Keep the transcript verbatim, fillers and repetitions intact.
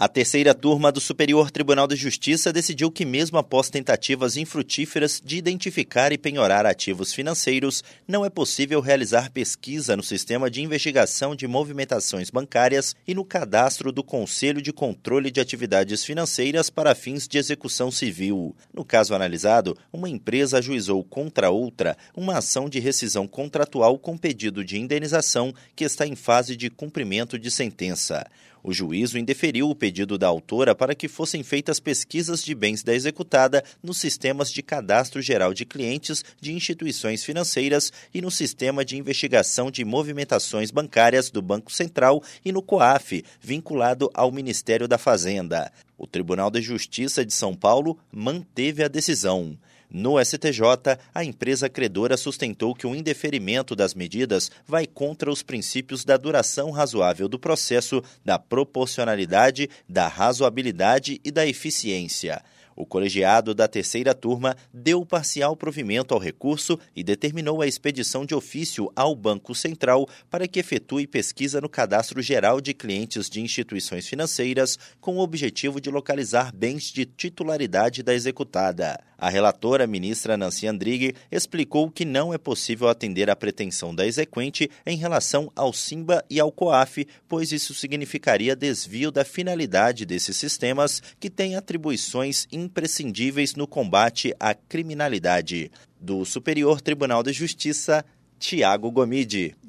A terceira turma do Superior Tribunal de Justiça decidiu que, mesmo após tentativas infrutíferas de identificar e penhorar ativos financeiros, não é possível realizar pesquisa no Sistema de Investigação de Movimentações Bancárias e no cadastro do Conselho de Controle de Atividades Financeiras para fins de execução civil. No caso analisado, uma empresa ajuizou contra outra uma ação de rescisão contratual com pedido de indenização que está em fase de cumprimento de sentença. O juízo indeferiu o pedido da autora para que fossem feitas pesquisas de bens da executada nos sistemas de cadastro geral de clientes de instituições financeiras e no sistema de investigação de movimentações bancárias do Banco Central e no COAF, vinculado ao Ministério da Fazenda. O Tribunal de Justiça de São Paulo manteve a decisão. No S T J, a empresa credora sustentou que o indeferimento das medidas vai contra os princípios da duração razoável do processo, da proporcionalidade, da razoabilidade e da eficiência. O colegiado da terceira turma deu parcial provimento ao recurso e determinou a expedição de ofício ao Banco Central para que efetue pesquisa no Cadastro Geral de Clientes de Instituições Financeiras com o objetivo de localizar bens de titularidade da executada. A relatora, ministra Nancy Andrighi, explicou que não é possível atender à pretensão da exequente em relação ao Simba e ao COAF, pois isso significaria desvio da finalidade desses sistemas, que têm atribuições imprescindíveis no combate à criminalidade. Do Superior Tribunal de Justiça, Tiago Gomide.